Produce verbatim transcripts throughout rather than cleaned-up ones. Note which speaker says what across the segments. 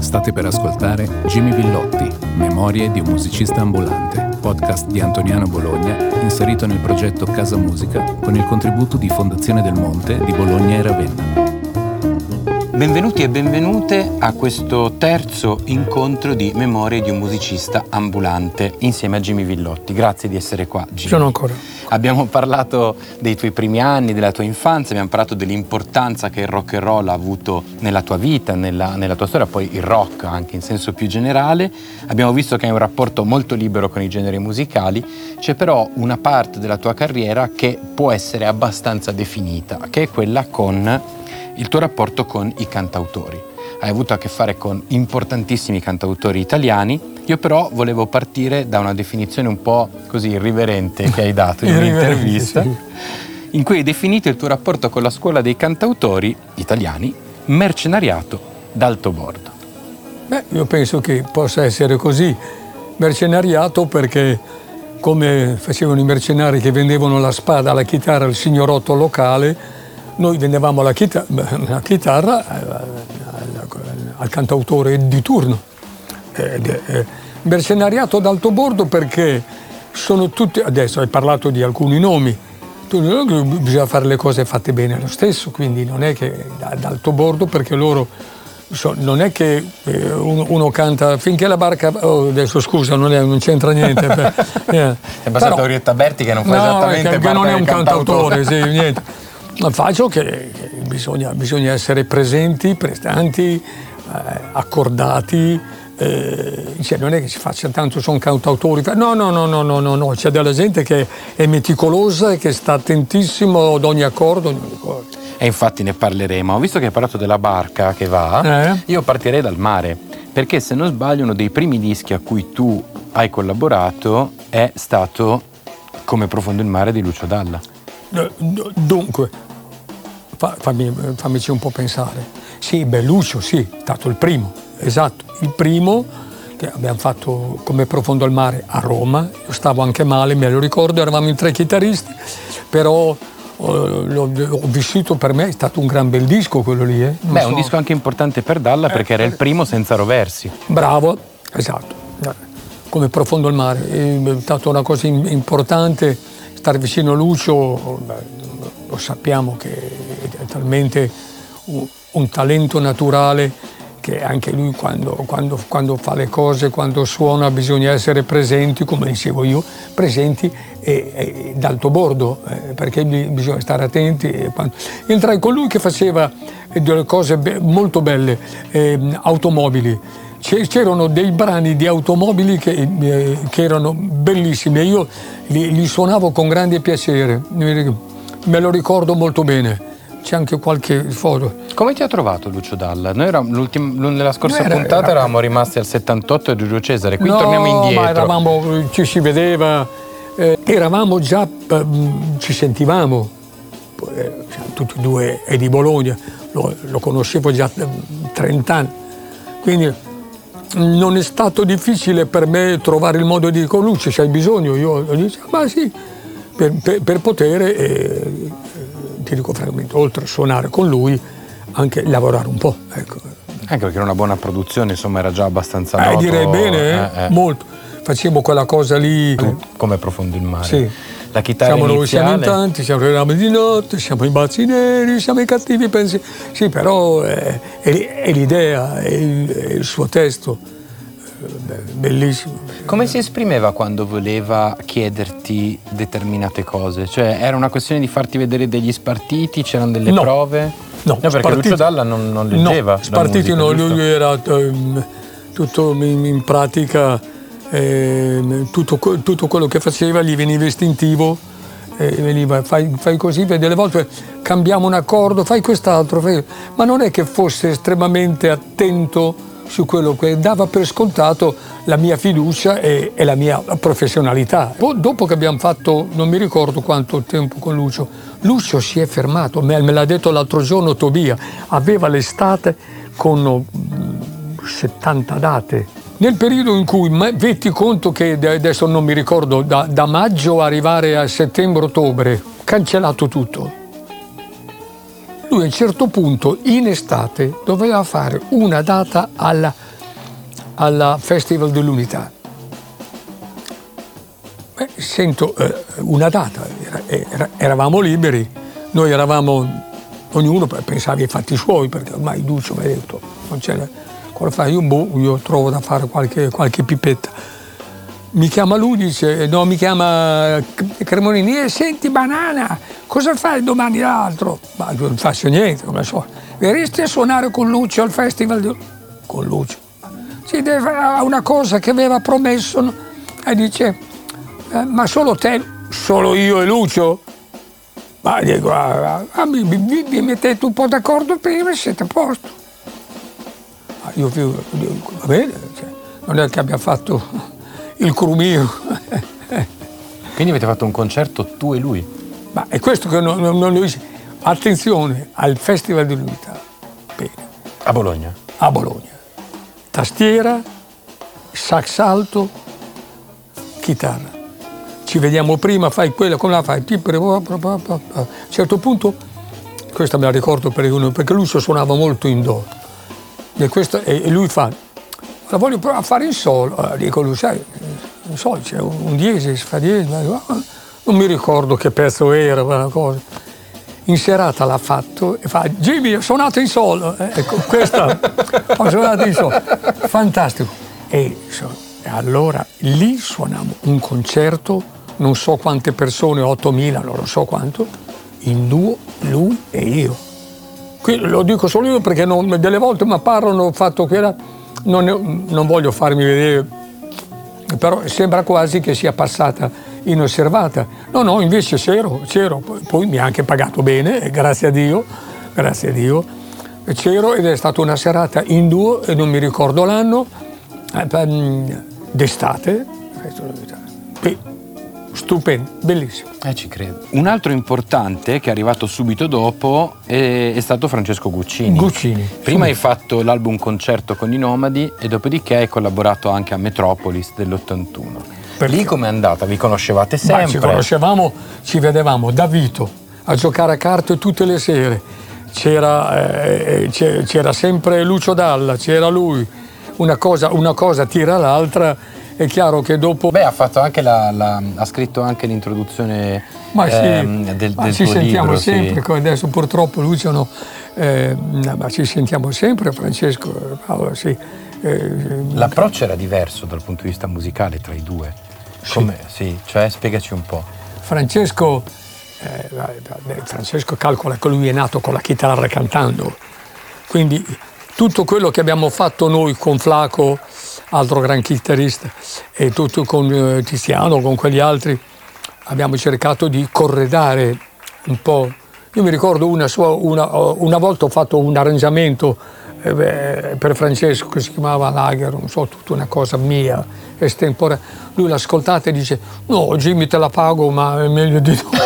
Speaker 1: State per ascoltare Jimmy Villotti, Memorie di un musicista ambulante, podcast di Antoniano Bologna, inserito nel progetto Casa Musica con il contributo di Fondazione del Monte di Bologna e Ravenna.
Speaker 2: Benvenuti e benvenute a questo terzo incontro di Memorie di un musicista ambulante insieme a Jimmy Villotti. Grazie di essere qua, Jimmy.
Speaker 3: Sono ancora.
Speaker 2: Abbiamo parlato dei tuoi primi anni, della tua infanzia, abbiamo parlato dell'importanza che il rock and roll ha avuto nella tua vita, nella, nella tua storia, poi il rock anche in senso più generale. Abbiamo visto che hai un rapporto molto libero con i generi musicali. C'è però una parte della tua carriera che può essere abbastanza definita, che è quella con il tuo rapporto con i cantautori. Hai avuto a che fare con importantissimi cantautori italiani. Io però volevo partire da una definizione un po' così irriverente che hai dato in un'intervista, sì, in cui hai definito il tuo rapporto con la scuola dei cantautori italiani mercenariato d'alto bordo.
Speaker 3: Beh, io penso che possa essere così, mercenariato, perché come facevano i mercenari che vendevano la spada, la chitarra al signorotto locale, noi vendevamo la, chita- la chitarra al, al cantautore di turno. Eh, eh, mercenariato d'alto bordo perché sono tutti, adesso hai parlato di alcuni nomi, bisogna fare le cose fatte bene lo stesso, quindi non è che d'alto bordo, perché loro so, non è che eh, uno, uno canta finché la barca, oh, adesso scusa, non, è, non c'entra niente. Per, eh.
Speaker 2: È passato Orietta Berti che non fa
Speaker 3: no,
Speaker 2: esattamente
Speaker 3: che,
Speaker 2: parte
Speaker 3: che non è un
Speaker 2: cantautore,
Speaker 3: cantautore, sì, niente. Ma faccio che, che bisogna, bisogna essere presenti, prestanti, eh, accordati. Eh, cioè non è che si faccia tanto, sono cantautori, no no no no no no no, c'è della gente che è meticolosa e che sta attentissimo ad ogni accordo.
Speaker 2: E infatti ne parleremo. Ho visto che hai parlato della barca che va, eh? Io partirei dal mare, perché se non sbaglio uno dei primi dischi a cui tu hai collaborato è stato Come profondo il mare di Lucio Dalla.
Speaker 3: Dunque, fammi, fammici un po' pensare. Sì, beh, Lucio, sì, è stato il primo, esatto, il primo che abbiamo fatto Come profondo il mare a Roma. Io stavo anche male, me lo ricordo, eravamo in tre chitarristi, però oh, l'ho, l'ho vissuto, per me è stato un gran bel disco quello lì. Eh.
Speaker 2: Beh, è
Speaker 3: so.
Speaker 2: un disco anche importante per Dalla, perché era il primo senza Roversi.
Speaker 3: Bravo, esatto, Come profondo il mare, è stata una cosa importante. Stare vicino a Lucio, beh, lo sappiamo che è talmente un, un talento naturale che anche lui quando, quando, quando fa le cose, quando suona, bisogna essere presenti, come dicevo io, presenti e, e d'alto bordo, eh, perché bisogna stare attenti. E quando... Entrai con lui che faceva delle cose be- molto belle, eh, automobili. C'erano dei brani di automobili che, eh, che erano bellissimi e io li, li suonavo con grande piacere, me lo ricordo molto bene, c'è anche qualche foto.
Speaker 2: Come ti ha trovato Lucio Dalla? Noi eravamo, nella scorsa
Speaker 3: era,
Speaker 2: puntata
Speaker 3: era...
Speaker 2: eravamo rimasti al settantotto a Giulio Cesare, qui
Speaker 3: no,
Speaker 2: torniamo indietro.
Speaker 3: Ma eravamo, ci si vedeva, eh, eravamo già, eh, ci sentivamo, eh, tutti e due è di Bologna, lo, lo conoscevo già trent'anni, quindi non è stato difficile per me trovare il modo di dire: con Lucio c'hai bisogno? Io dicevo, ma sì, per, per, per poter, eh, ti dico francamente, oltre a suonare con lui, anche lavorare un po'. Ecco.
Speaker 2: Anche perché era una buona produzione, insomma, era già abbastanza
Speaker 3: eh,
Speaker 2: noto.
Speaker 3: Direi bene, eh, eh. molto. Facevo quella cosa lì.
Speaker 2: Come profondo il mare.
Speaker 3: Sì.
Speaker 2: La chitarra
Speaker 3: siamo
Speaker 2: iniziale.
Speaker 3: Noi, siamo in tanti, siamo le rame di notte, siamo i bazzi neri, siamo i cattivi pensieri. Sì, però è, è, è l'idea, è il, è il suo testo, bellissimo.
Speaker 2: Come si esprimeva quando voleva chiederti determinate cose? Cioè, era una questione di farti vedere degli spartiti, c'erano delle
Speaker 3: no.
Speaker 2: prove?
Speaker 3: No,
Speaker 2: no perché
Speaker 3: spartiti,
Speaker 2: Lucio Dalla non, non leggeva.
Speaker 3: No, spartiti no,
Speaker 2: musica,
Speaker 3: lui era um, tutto in, in pratica. Eh, tutto, tutto quello che faceva gli veniva istintivo, eh, veniva fai, fai così, delle volte cambiamo un accordo, fai quest'altro, fai... ma non è che fosse estremamente attento su quello che dava per scontato la mia fiducia e, e la mia professionalità. Poi, dopo che abbiamo fatto, non mi ricordo quanto tempo con Lucio, Lucio si è fermato, me, me l'ha detto l'altro giorno Tobia, aveva l'estate con settanta date. Nel periodo in cui, metti conto che adesso non mi ricordo, da, da maggio arrivare a settembre-ottobre, cancellato tutto. Lui a un certo punto, in estate, doveva fare una data alla al Festival dell'Unità. Beh, sento eh, una data, era, era, eravamo liberi, noi eravamo, ognuno pensava ai fatti suoi, perché ormai Duccio mi ha detto, non c'era, cosa fai? Io, boh, io trovo da fare qualche, qualche pipetta. Mi chiama lui, dice, no, mi chiama Cremonini, e senti Banana, cosa fai domani l'altro? Ma io non faccio niente, come so. Verresti a suonare con Lucio al festival di... Con Lucio? Si deve fare una cosa che aveva promesso, no? E dice, eh, ma solo te, solo io e Lucio? Ma dico, ah, ah, vi, vi, vi mettete un po' d'accordo prima e siete a posto. Ma io dico, va bene, cioè, non è che abbia fatto il crumio.
Speaker 2: Quindi avete fatto un concerto tu e lui?
Speaker 3: Ma è questo che non, non, non lui... Attenzione, al Festival dell'Unità. Bene.
Speaker 2: A Bologna?
Speaker 3: A Bologna. Tastiera, sax alto, chitarra. Ci vediamo prima, fai quella, come la fai? A un certo punto, questa me la ricordo perché lui suonava molto in do. E, questo, e lui fa, la voglio provare a fare in sol. Allora, dico lui, sai, in sol c'è un diesis, si fa diesis, non mi ricordo che pezzo era, una cosa. In serata l'ha fatto e fa, Jimmy, ho suonato in sol. Ecco, questa, ho suonato in sol. Fantastico. E, e allora lì suonammo un concerto, non so quante persone, ottomila, non lo so quanto, in duo, lui e io. Qui lo dico solo io perché non, delle volte mi parlano, ho fatto quella, non, non voglio farmi vedere, però sembra quasi che sia passata inosservata. No, no, invece c'ero, c'ero, poi, poi mi ha anche pagato bene, grazie a Dio, grazie a Dio, c'ero ed è stata una serata in duo e non mi ricordo l'anno, d'estate, stupendo, bellissimo.
Speaker 2: Eh, ci credo. Un altro importante che è arrivato subito dopo è, è stato Francesco Guccini.
Speaker 3: Guccini.
Speaker 2: Prima hai fatto l'album Concerto con i Nomadi e dopodiché hai collaborato anche a Metropolis dell'ottantuno. Perché? Lì com'è andata? Vi conoscevate sempre?
Speaker 3: Ma ci conoscevamo, ci vedevamo da Vito a giocare a carte tutte le sere. C'era, eh, c'era sempre Lucio Dalla, c'era lui. Una cosa, una cosa tira l'altra. È chiaro che dopo...
Speaker 2: Beh, ha fatto anche la, la ha scritto anche l'introduzione
Speaker 3: ma sì,
Speaker 2: ehm, del,
Speaker 3: ma
Speaker 2: del
Speaker 3: ci
Speaker 2: tuo
Speaker 3: sentiamo
Speaker 2: libro,
Speaker 3: sempre,
Speaker 2: sì.
Speaker 3: Adesso purtroppo Lucio no, eh, ma ci sentiamo sempre, Francesco, Paolo, sì. Eh,
Speaker 2: L'approccio era diverso dal punto di vista musicale tra i due. Come? Sì, sì, cioè spiegaci un po'.
Speaker 3: Francesco, eh, Francesco calcola che lui è nato con la chitarra cantando, quindi tutto quello che abbiamo fatto noi con Flaco, altro gran chitarrista, e tutto con eh, Tiziano, con quegli altri, abbiamo cercato di corredare un po'. Io mi ricordo una, sua, una, una volta ho fatto un arrangiamento eh, beh, per Francesco che si chiamava Lager, non so, tutta una cosa mia, estemporanea. Lui l'ha ascoltata e dice, no, Jimmy te la pago, ma è meglio di no.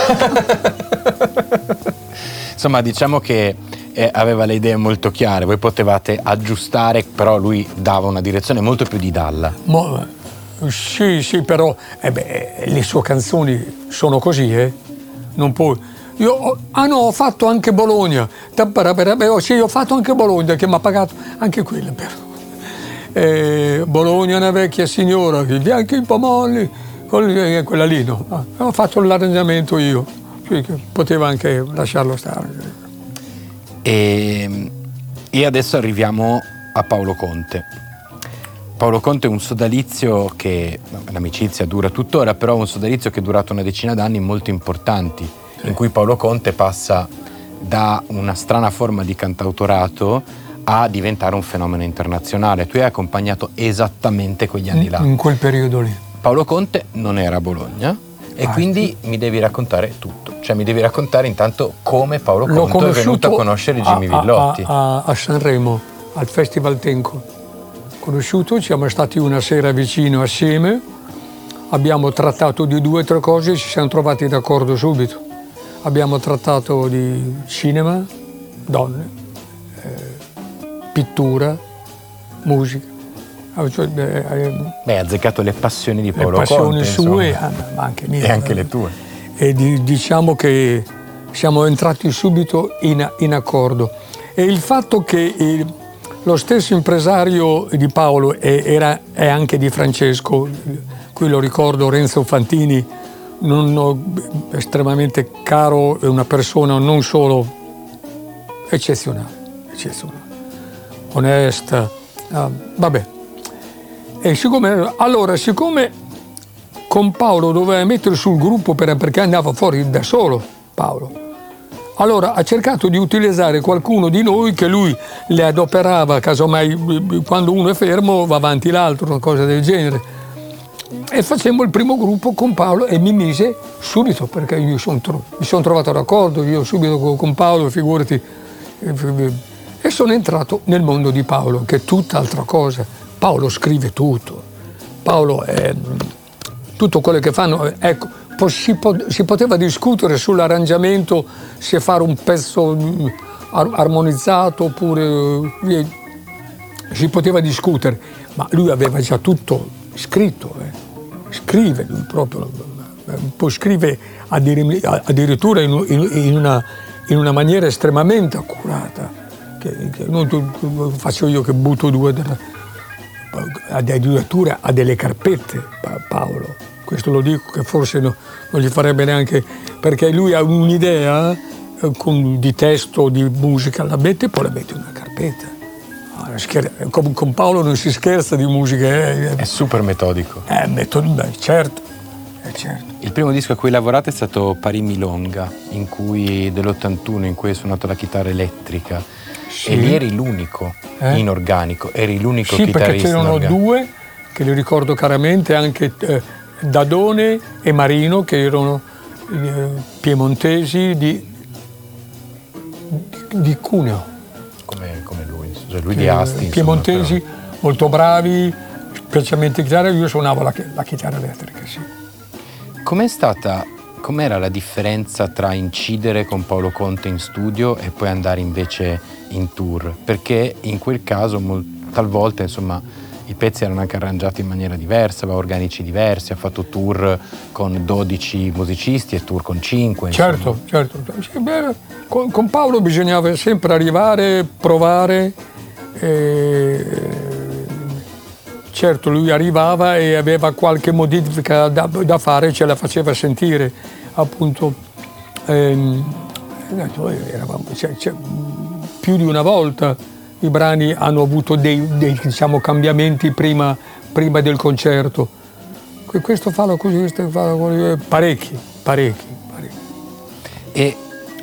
Speaker 2: Insomma, diciamo che eh, aveva le idee molto chiare, voi potevate aggiustare, però lui dava una direzione molto più di Dalla.
Speaker 3: Ma, sì, sì, però eh beh, le sue canzoni sono così, eh? Non puoi... Io ho, ah no, ho fatto anche Bologna. Sì, ho fatto anche Bologna, che mi ha pagato anche quella, però. Eh, Bologna è una vecchia signora, i bianchi pomolli, quella lì, no. Ah, ho fatto l'arrangiamento io, sì, che poteva anche lasciarlo stare.
Speaker 2: E, e adesso arriviamo a Paolo Conte. Paolo Conte è un sodalizio che, l'amicizia dura tuttora, però è un sodalizio che è durato una decina d'anni molto importanti, sì. In cui Paolo Conte passa da una strana forma di cantautorato a diventare un fenomeno internazionale. Tu hai accompagnato esattamente quegli anni là.
Speaker 3: In quel periodo lì.
Speaker 2: Paolo Conte non era a Bologna e ah, quindi sì. Mi devi raccontare tutto. Cioè mi devi raccontare intanto come Paolo Conte è venuto a conoscere Jimmy
Speaker 3: a,
Speaker 2: Villotti.
Speaker 3: A, a, a Sanremo, al Festival Tenco. Conosciuto, siamo stati una sera vicino assieme, abbiamo trattato di due o tre cose e ci siamo trovati d'accordo subito. Abbiamo trattato di cinema, donne, eh, pittura, musica. Cioè, eh,
Speaker 2: Beh, ha azzeccato le passioni di Paolo
Speaker 3: Conte. Le passioni
Speaker 2: Conte,
Speaker 3: sue, ma anche mie.
Speaker 2: E anche le tue.
Speaker 3: E di, diciamo che siamo entrati subito in, in accordo. E il fatto che il, lo stesso impresario di Paolo e era, è anche di Francesco, qui lo ricordo, Renzo Fantini, non, estremamente caro, è una persona non solo eccezionale, eccezionale, onesta, ah, vabbè. E siccome, allora, siccome con Paolo doveva mettere sul gruppo per, perché andava fuori da solo, Paolo, allora ha cercato di utilizzare qualcuno di noi che lui le adoperava, casomai quando uno è fermo va avanti l'altro, una cosa del genere. E facemmo il primo gruppo con Paolo e mi mise subito, perché io son tro- mi sono trovato d'accordo, io subito con, con Paolo, figurati, e sono entrato nel mondo di Paolo, che è tutt'altra cosa. Paolo scrive tutto, Paolo è tutto quello che fanno, ecco, si, si poteva discutere sull'arrangiamento, se fare un pezzo armonizzato oppure si poteva discutere, ma lui aveva già tutto scritto, eh. Scrive lui proprio, poi scrive addirittura in, in, in, una, in una maniera estremamente accurata, che, che non faccio io che butto due, addirittura ha delle carpette Paolo, questo lo dico che forse no, non gli farebbe neanche, perché lui ha un'idea eh, con, di testo, di musica, la mette e poi la mette in una carpetta. Con, con Paolo non si scherza di musica. Eh.
Speaker 2: È super metodico.
Speaker 3: È metodico, certo, eh, certo.
Speaker 2: Il primo disco a cui lavorate è stato Pari Milonga, in cui, dell'ottantuno, in cui hai suonato la chitarra elettrica. Sì. E lì eri l'unico eh? in organico, eri l'unico
Speaker 3: sì,
Speaker 2: chitarrista.
Speaker 3: Sì, perché c'erano due, che li ricordo chiaramente, anche eh, Dadone e Marino, che erano eh, piemontesi di, di, di Cuneo.
Speaker 2: Come, come lui, cioè lui di Asti.
Speaker 3: Piemontesi,
Speaker 2: insomma,
Speaker 3: molto bravi, specialmente chitarra, io suonavo la, la chitarra elettrica, sì.
Speaker 2: Com'è stata, com'era la differenza tra incidere con Paolo Conte in studio e poi andare invece in tour? Perché in quel caso, talvolta, insomma, i pezzi erano anche arrangiati in maniera diversa, aveva organici diversi, ha fatto tour con dodici musicisti e tour con cinque.
Speaker 3: Certo, certo. Sì, beh, con, con Paolo bisognava sempre arrivare, provare. E, certo, lui arrivava e aveva qualche modifica da, da fare, ce la faceva sentire, appunto. Ehm, eravamo, cioè, cioè, più di una volta i brani hanno avuto dei, dei diciamo, cambiamenti prima, prima del concerto. Questo fallo così, questo fallo così, parecchi, parecchi, parecchi.
Speaker 2: E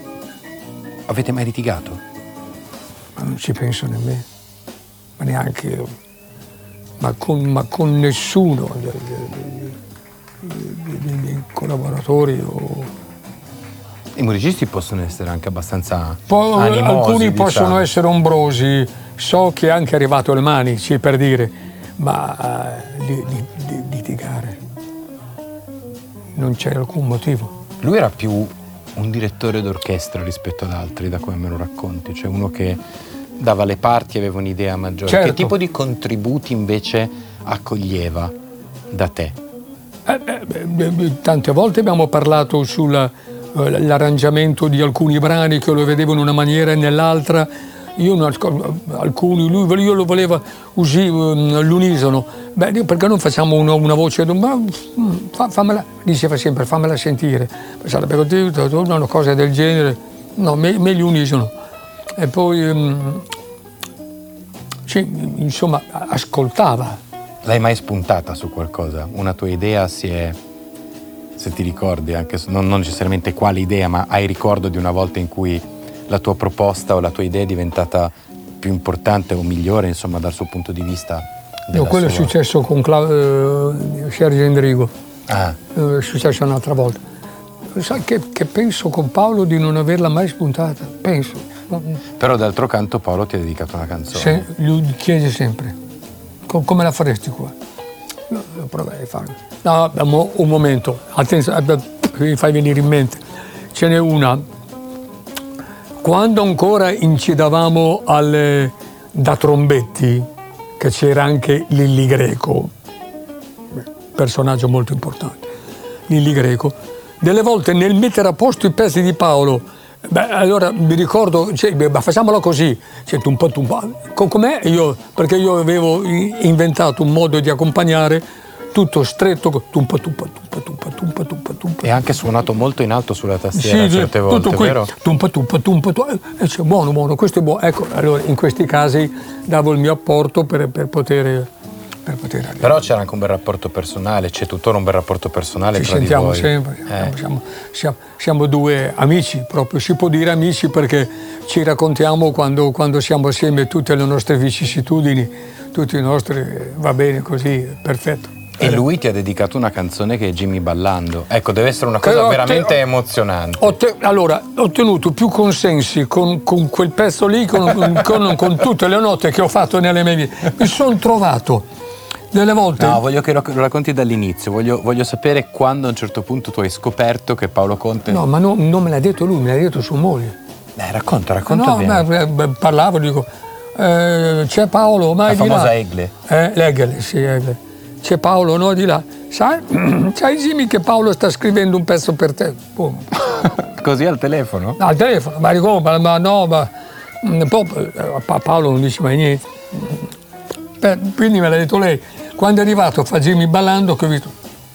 Speaker 2: avete mai litigato?
Speaker 3: Ma non ci penso nemmeno, ma neanche io, ma con, ma con nessuno dei, dei, dei, dei collaboratori o...
Speaker 2: I musicisti possono essere anche abbastanza
Speaker 3: Poi,
Speaker 2: animosi,
Speaker 3: alcuni
Speaker 2: diciamo.
Speaker 3: possono essere ombrosi, so che è anche arrivato alle mani, sì, per dire, ma uh, li, li, li, litigare non c'è alcun motivo.
Speaker 2: Lui era più un direttore d'orchestra rispetto ad altri, da come me lo racconti, cioè uno che dava le parti e aveva un'idea maggiore.
Speaker 3: Certo.
Speaker 2: Che tipo di contributi invece accoglieva da te?
Speaker 3: Eh, eh, tante volte abbiamo parlato sull'arrangiamento di alcuni brani che lo vedevo in una maniera e nell'altra. Io alcuni, lui io lo voleva usi, l'unisono. Beh, perché non facciamo una, una voce? Ma fa, fammela, diceva sempre, fammela sentire. Sarebbe una cosa del genere. No, me, meglio unisono. E poi, um, sì, insomma, ascoltava.
Speaker 2: L'hai mai spuntata su qualcosa? Una tua idea si è, se ti ricordi, anche non, non necessariamente quale idea, ma hai ricordo di una volta in cui la tua proposta o la tua idea è diventata più importante o migliore, insomma, dal suo punto di vista?
Speaker 3: No, quello
Speaker 2: sua...
Speaker 3: è successo con Cla- eh, Sergio Endrigo.
Speaker 2: Ah.
Speaker 3: È successo un'altra volta. Sai che, che penso con Paolo di non averla mai spuntata, penso.
Speaker 2: Però d'altro canto Paolo ti ha dedicato una canzone.
Speaker 3: Se, lui chiede sempre, come la faresti qua? No, provai a farlo. No, un momento, attenzione, mi fai venire in mente. Ce n'è una. Quando ancora incidavamo alle, da trombetti, che c'era anche Lilli Greco, personaggio molto importante, Lilli Greco, delle volte nel mettere a posto i pezzi di Paolo Beh, allora mi ricordo, cioè, beh, facciamola così, cioè, tumpa, tumpa. Com'è? Io, perché io avevo inventato un modo di accompagnare tutto stretto, tumpa, tumpa, tumpa, tumpa, tumpa, tumpa, tumpa.
Speaker 2: E anche suonato molto in alto sulla tastiera, sì, certe volte,
Speaker 3: tutto qui,
Speaker 2: vero?
Speaker 3: Tumpa, tumpa, tumpa, tumpa. E cioè, buono, buono, questo è buono. Ecco, allora in questi casi davo il mio apporto per, per poter... Per poter arrivare.
Speaker 2: Però c'era anche un bel rapporto personale, c'è tuttora un bel rapporto personale
Speaker 3: ci
Speaker 2: tra di voi.
Speaker 3: Ci sentiamo sempre,
Speaker 2: eh.
Speaker 3: siamo, siamo, siamo due amici, proprio si può dire amici perché ci raccontiamo quando, quando siamo assieme tutte le nostre vicissitudini, tutti i nostri, va bene così, perfetto.
Speaker 2: E lui ti ha dedicato una canzone che è Jimmy Ballando. Ecco, deve essere una cosa
Speaker 3: ho
Speaker 2: veramente
Speaker 3: te,
Speaker 2: emozionante.
Speaker 3: Ho te, allora, ho ottenuto più consensi con, con quel pezzo lì, con, con, con tutte le note che ho fatto nelle mie vite. Mi sono trovato delle volte...
Speaker 2: No, voglio che lo, lo racconti dall'inizio, voglio, voglio sapere quando a un certo punto tu hai scoperto che Paolo Conte...
Speaker 3: No, ma no, non me l'ha detto lui, me l'ha detto sua moglie.
Speaker 2: Beh, racconta, racconta
Speaker 3: no,
Speaker 2: bene.
Speaker 3: No, parlavo, dico, eh, c'è Paolo, ma
Speaker 2: La
Speaker 3: è di
Speaker 2: famosa
Speaker 3: là.
Speaker 2: Egle.
Speaker 3: Eh, l'Egle, sì, Egle. C'è Paolo, no, di là. Sai, sai Jimmy che Paolo sta scrivendo un pezzo per te? Boom.
Speaker 2: Così al telefono?
Speaker 3: No, al telefono, ma dico, ma, ma no, ma... Poi, Paolo non dice mai niente. Beh, quindi me l'ha detto lei. Quando è arrivato fa Jimmy Ballando che ho visto,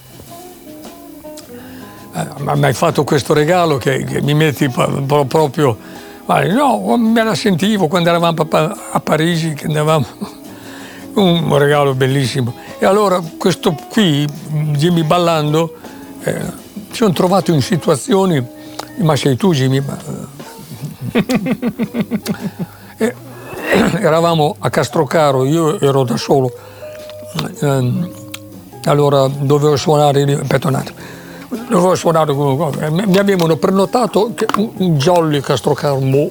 Speaker 3: eh, ma mi hai fatto questo regalo che, che mi metti proprio, no, me la sentivo quando eravamo a Parigi, che andavamo, un regalo bellissimo. E allora questo qui, Jimmy Ballando, eh, ci sono trovato in situazioni, ma sei tu Jimmy? e, eravamo a Castrocaro, io ero da solo. Allora dovevo suonare, aspetta un attimo, dovevo suonare, mi avevano prenotato un jolly Castrocaro, mo.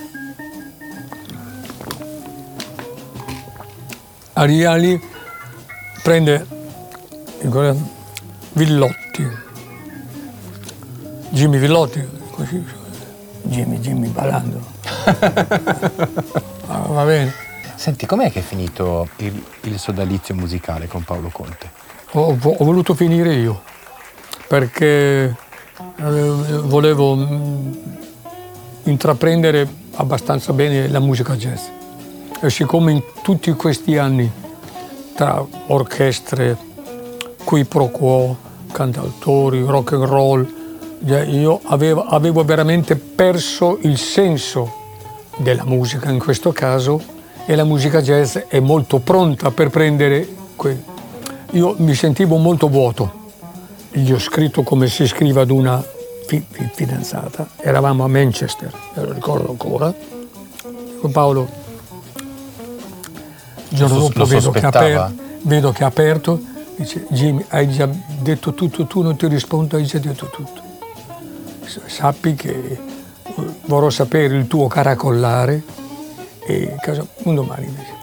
Speaker 3: Arriva lì, prende Villotti, Jimmy Villotti, così, Jimmy, Jimmy Ballando. Ah, va bene.
Speaker 2: Senti, com'è che è finito il, il sodalizio musicale con Paolo Conte?
Speaker 3: Ho, ho voluto finire io, perché eh, volevo mh, intraprendere abbastanza bene la musica jazz. E siccome in tutti questi anni, tra orchestre, qui pro quo, cantautori, rock and roll, io avevo, avevo veramente perso il senso della musica in questo caso, e la musica jazz è molto pronta per prendere que... Io mi sentivo molto vuoto. Gli ho scritto come si scrive ad una fi- fi- fidanzata. Eravamo a Manchester, me lo ricordo ancora. Con Paolo, il giorno
Speaker 2: Lo
Speaker 3: dopo vedo che, aper- vedo che ha aperto, dice: Jimmy, hai già detto tutto, tu non ti rispondo, hai già detto tutto. Sappi che vorrò sapere il tuo caracollare. E caso, un domani invece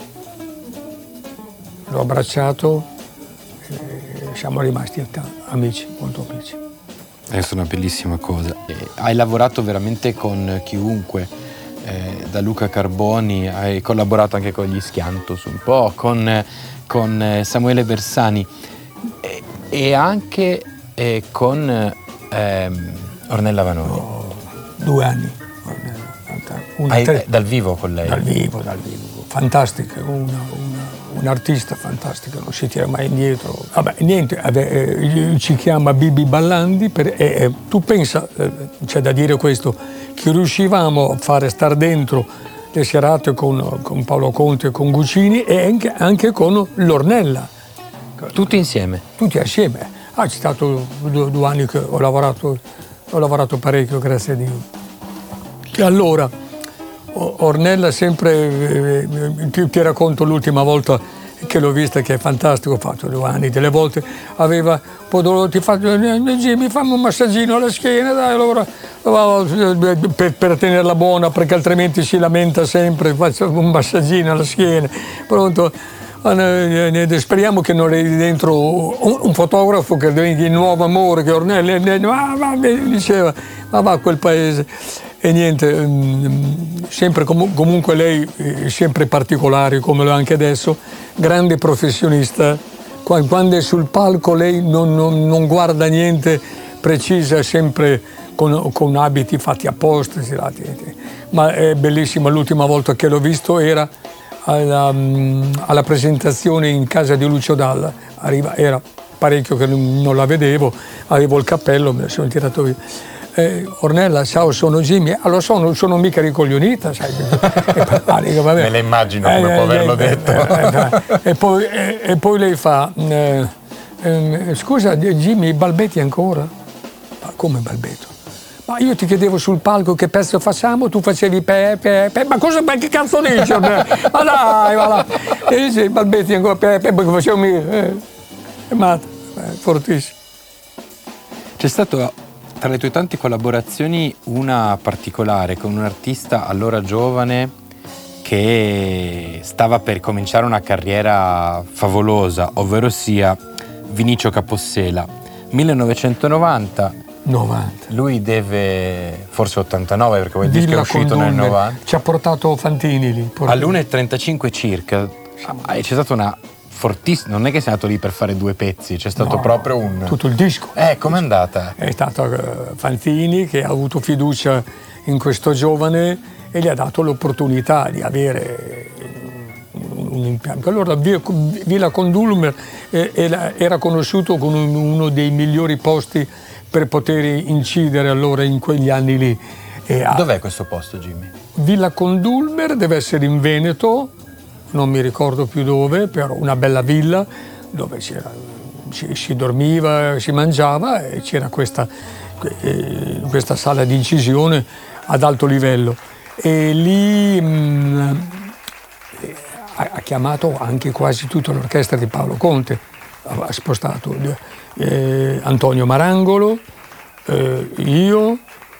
Speaker 3: l'ho abbracciato e siamo rimasti amici, molto amici.
Speaker 2: Questa è una bellissima cosa. Eh, hai lavorato veramente con chiunque, eh, da Luca Carboni, hai collaborato anche con gli Schiantos un po', con, con Samuele Bersani e, e anche eh, con ehm, Ornella Vanoni.
Speaker 3: Oh, due anni. Una
Speaker 2: Hai,
Speaker 3: tre...
Speaker 2: dal vivo con lei?
Speaker 3: Dal vivo, dal vivo. Fantastica, una, una, un'artista fantastica, non si tira mai indietro. Vabbè, niente, eh, ci chiama Bibi Ballandi, per, eh, tu pensa, eh, c'è da dire questo, che riuscivamo a fare star dentro le serate con, con Paolo Conte e con Guccini e anche, anche con l'Ornella.
Speaker 2: Tutti insieme?
Speaker 3: Tutti assieme. Ah, c'è stato due, due anni che ho lavorato, ho lavorato parecchio, grazie a Dio. E allora, Ornella sempre, eh, ti, ti racconto l'ultima volta che l'ho vista, che è fantastico, ho fatto due anni, delle volte aveva, poi ti faccio, Jimmy, fammi un massaggino alla schiena, dai, allora, per, per tenerla buona, perché altrimenti si lamenta sempre, faccio un massaggino alla schiena, pronto? Speriamo che non è dentro un fotografo che diventi il nuovo amore, che Ornella diceva, ma va a quel paese. E niente, sempre comunque lei, sempre particolare come lo è anche adesso, grande professionista. Quando è sul palco lei non, non, non guarda niente, precisa sempre con, con abiti fatti apposta, ma è bellissimo. L'ultima volta che l'ho visto era alla, alla presentazione in casa di Lucio Dalla, arriva, era parecchio che non la vedevo, avevo il cappello, me lo sono tirato via. Eh, Ornella, ciao, sono Jimmy. Ah, lo so, non sono mica ricoglionita, sai. Ah, dico, vabbè.
Speaker 2: Me la immagino come eh, può averlo eh, detto.
Speaker 3: Eh, eh, e, poi, eh, e poi lei fa, eh, eh, scusa Jimmy, balbetti ancora? Ma come balbetto? Ma io ti chiedevo sul palco che pezzo facciamo, tu facevi pe, pe, pe. Ma cosa, ma che cazzo dici? Ma dai, va là. E dice, balbetti ancora, pe, pe, perché facevo mi... Eh, è matto, eh, fortissimo.
Speaker 2: C'è stato... Tra le tue tante collaborazioni, una particolare con un artista allora giovane che stava per cominciare una carriera favolosa, ovvero sia Vinicio Capossela. millenovecentonovanta.
Speaker 3: novanta.
Speaker 2: Lui deve, forse ottantanove, perché poi il
Speaker 3: Villa
Speaker 2: disco è uscito nel novanta.
Speaker 3: Ci ha portato Fantini lì.
Speaker 2: All'una e trentacinque circa. C'è stata una... fortissimo, non è che sei andato lì per fare due pezzi, c'è stato
Speaker 3: no,
Speaker 2: proprio un...
Speaker 3: tutto il disco.
Speaker 2: Eh, com'è andata?
Speaker 3: È stato Fantini che ha avuto fiducia in questo giovane e gli ha dato l'opportunità di avere un impianto. Allora Villa Condulmer era conosciuto come uno dei migliori posti per poter incidere allora in quegli anni lì.
Speaker 2: Dov'è questo posto, Jimmy?
Speaker 3: Villa Condulmer deve essere in Veneto, non mi ricordo più dove, però una bella villa dove c'era, si, si dormiva, si mangiava e c'era questa, eh, questa sala di incisione ad alto livello. E lì mh, ha, ha chiamato anche quasi tutta l'orchestra di Paolo Conte, ha spostato eh, Antonio Marangolo, eh, io,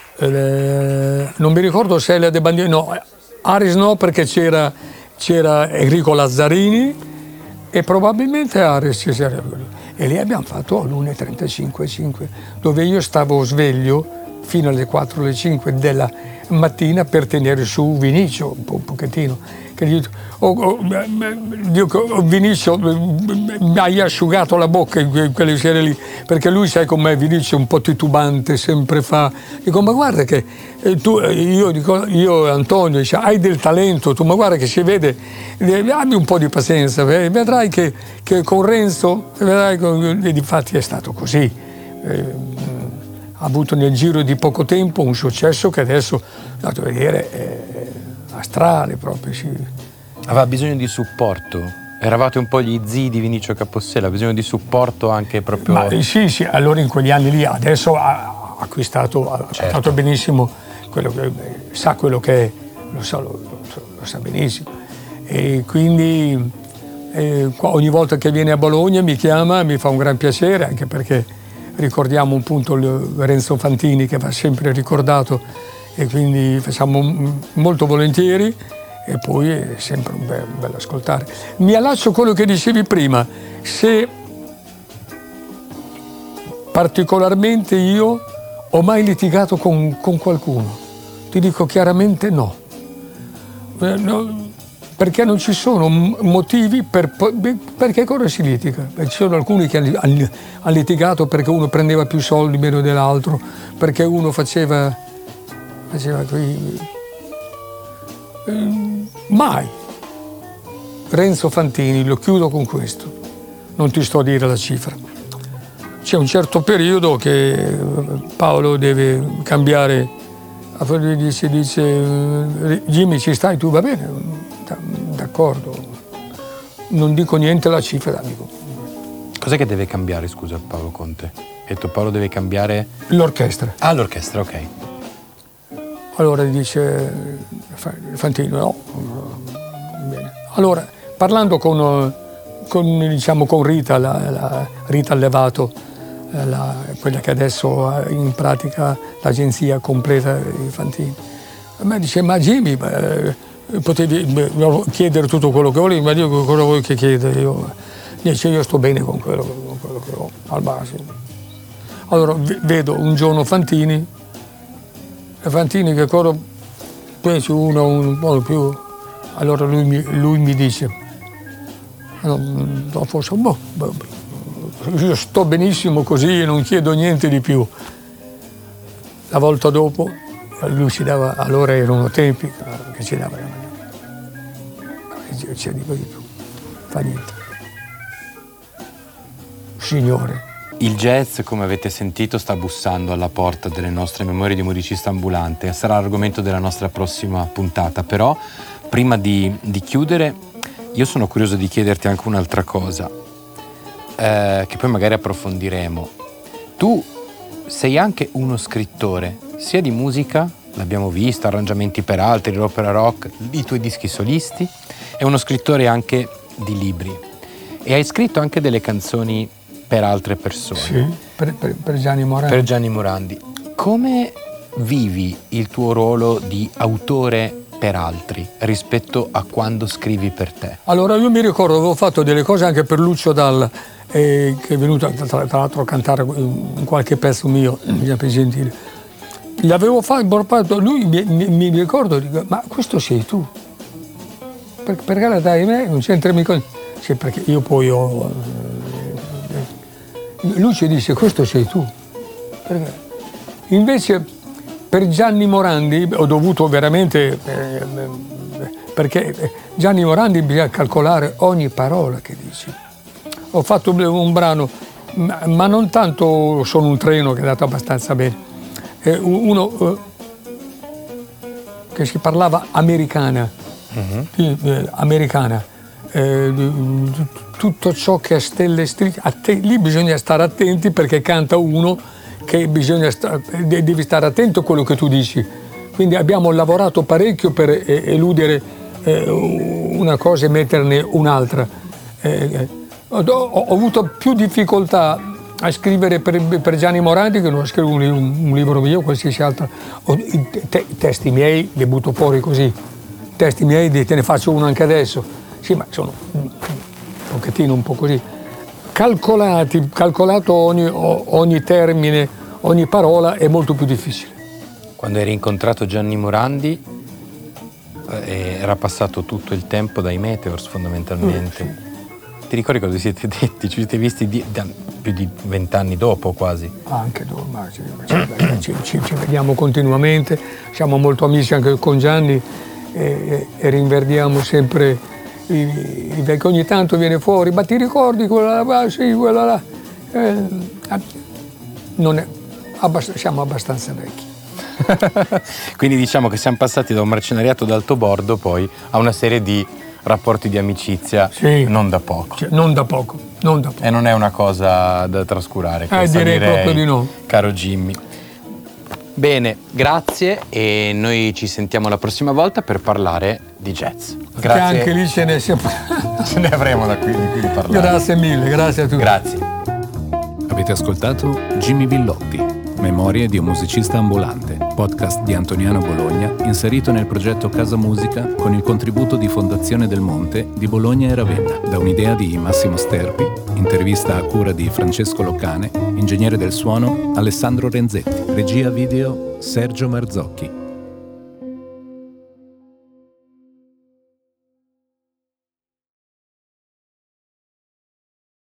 Speaker 3: eh, non mi ricordo se Elia De Bandieri, no, Aris no, perché c'era c'era Enrico Lazzarini e probabilmente Aris Cesare. E lì abbiamo fatto l'una e trentacinque cinque, dove io stavo sveglio fino alle quattro alle cinque della mattina per tenere su Vinicio un, po', un pochettino. Che gli, oh, oh, dico, Vinicio, mi hai asciugato la bocca in quelle sere lì, perché lui, sai com'è, Vinicio un po' titubante, sempre fa. Dico, ma guarda che eh, tu, io, dico, io e Antonio, dice, hai del talento, tu, ma guarda che si vede, abbi un po' di pazienza, vedrai che, che con Renzo, vedrai che, e difatti è stato così. Eh, ha avuto nel giro di poco tempo un successo che adesso, dato a vedere, è astrale proprio. Sì.
Speaker 2: Aveva bisogno di supporto? Eravate un po' gli zii di Vinicio Capossela, ha bisogno di supporto anche proprio...
Speaker 3: Ma, sì, sì, allora in quegli anni lì, adesso ha acquistato, ha certo. fatto benissimo, quello che, sa quello che è, lo sa, lo, lo, lo sa benissimo. E quindi eh, ogni volta che viene a Bologna mi chiama, mi fa un gran piacere, anche perché ricordiamo un punto Renzo Fantini che va sempre ricordato e quindi facciamo molto volentieri e poi è sempre un bel, un bel ascoltare. Mi allaccio a quello che dicevi prima, se particolarmente io ho mai litigato con, con qualcuno, ti dico chiaramente no. Eh, no. Perché non ci sono motivi per... Perché cosa si litiga? Ci sono alcuni che hanno litigato perché uno prendeva più soldi meno dell'altro, perché uno faceva... faceva quei... Mai. Renzo Fantini, lo chiudo con questo, non ti sto a dire la cifra. C'è un certo periodo che Paolo deve cambiare, dice, dice Jimmy ci stai tu, va bene? D'accordo, non dico niente alla cifra, amico.
Speaker 2: Cos'è che deve cambiare, scusa, Paolo Conte? Hai detto Paolo deve cambiare...
Speaker 3: L'orchestra.
Speaker 2: Ah, l'orchestra, ok.
Speaker 3: Allora dice Fantini, no. Bene. Allora, parlando con, con, diciamo, con Rita, la, la, Rita Allevato, la, quella che adesso ha in pratica l'agenzia completa di Fantini, a me dice, ma Jimmy... Beh, potevi chiedere tutto quello che volevi, ma io cosa vuoi che chieda? Io, dice, io sto bene con quello, con quello che ho, al massimo. Allora vedo un giorno Fantini, e Fantini che cosa pensi uno, un po' più, allora lui mi, lui mi dice, no, no, forse, boh, boh, io sto benissimo così e non chiedo niente di più. la volta dopo lui ci dava, allora erano tempi che ci dava la mano. C'è di così più, fa niente. Signore.
Speaker 2: Il jazz, come avete sentito, sta bussando alla porta delle nostre memorie di musicista ambulante. Sarà l'argomento della nostra prossima puntata. Però, prima di, di chiudere, io sono curioso di chiederti anche un'altra cosa, eh, che poi magari approfondiremo. Tu sei anche uno scrittore, sia di musica, l'abbiamo visto, arrangiamenti per altri, l'opera rock, i tuoi dischi solisti, e uno scrittore anche di libri. E hai scritto anche delle canzoni per altre persone.
Speaker 3: Sì, per, per, per Gianni Morandi.
Speaker 2: Per Gianni Morandi. Come vivi il tuo ruolo di autore per altri rispetto a quando scrivi per te?
Speaker 3: Allora, io mi ricordo, avevo fatto delle cose anche per Lucio Dalla, eh, che è venuto tra, tra l'altro a cantare in qualche pezzo mio, per Gentile. L'avevo fatto, lui mi, mi, mi ricordo, dico, ma questo sei tu? Per, perché la dai a me? Non c'entra mica. Sì, perché io poi ho... Lui ci dice, questo sei tu. Perché? Invece per Gianni Morandi ho dovuto veramente, eh, perché Gianni Morandi bisogna calcolare ogni parola che dici. Ho fatto un brano, ma, ma non tanto sono un treno che è andato abbastanza bene, eh, uno eh, che si parlava americana, uh-huh. eh, americana. Eh, tutto ciò che a stelle strisce, lì bisogna stare attenti perché canta uno che bisogna sta, devi stare attento a quello che tu dici. Quindi abbiamo lavorato parecchio per eh, eludere eh, una cosa e metterne un'altra. Eh, ho, ho avuto più difficoltà a scrivere per, per Gianni Morandi che non a scrivere un, un libro mio, qualsiasi altro. Ho, i te, testi miei li butto fuori così, testi miei te ne faccio uno anche adesso. Sì, ma sono un pochettino un po' così. Calcolati, calcolato ogni, ogni termine, ogni parola è molto più difficile.
Speaker 2: Quando hai rincontrato Gianni Morandi eh, era passato tutto il tempo dai Meteors fondamentalmente. Mm, sì. Ti ricordi cosa vi siete detti? Ci siete visti di, da, più di vent'anni dopo quasi?
Speaker 3: Anche dopo, ma ci, ci, ci, ci vediamo continuamente, siamo molto amici anche con Gianni e, e rinverdiamo sempre. Perché ogni tanto viene fuori, ma ti ricordi quella là? Sì, quella là. Eh, non è, abbast- siamo abbastanza vecchi.
Speaker 2: Quindi diciamo che siamo passati da un marcenariato d'alto bordo poi a una serie di rapporti di amicizia, sì, non da poco.
Speaker 3: Cioè, non da poco, non da poco.
Speaker 2: E non è una cosa da trascurare.
Speaker 3: Eh, direi, direi proprio di no.
Speaker 2: Caro Jimmy. Bene, grazie e noi ci sentiamo la prossima volta per parlare di jazz. Grazie.
Speaker 3: Che anche lì ce ne siamo.
Speaker 2: Ce ne avremo da qui di cui parlare.
Speaker 3: Grazie mille, grazie a tutti.
Speaker 2: Grazie.
Speaker 1: Avete ascoltato Jimmy Villotti, Memorie di un musicista ambulante, podcast di Antoniano Bologna, inserito nel progetto Casa Musica con il contributo di Fondazione del Monte di Bologna e Ravenna, da un'idea di Massimo Sterpi, intervista a cura di Francesco Locane, ingegnere del suono Alessandro Renzetti, regia video Sergio Marzocchi.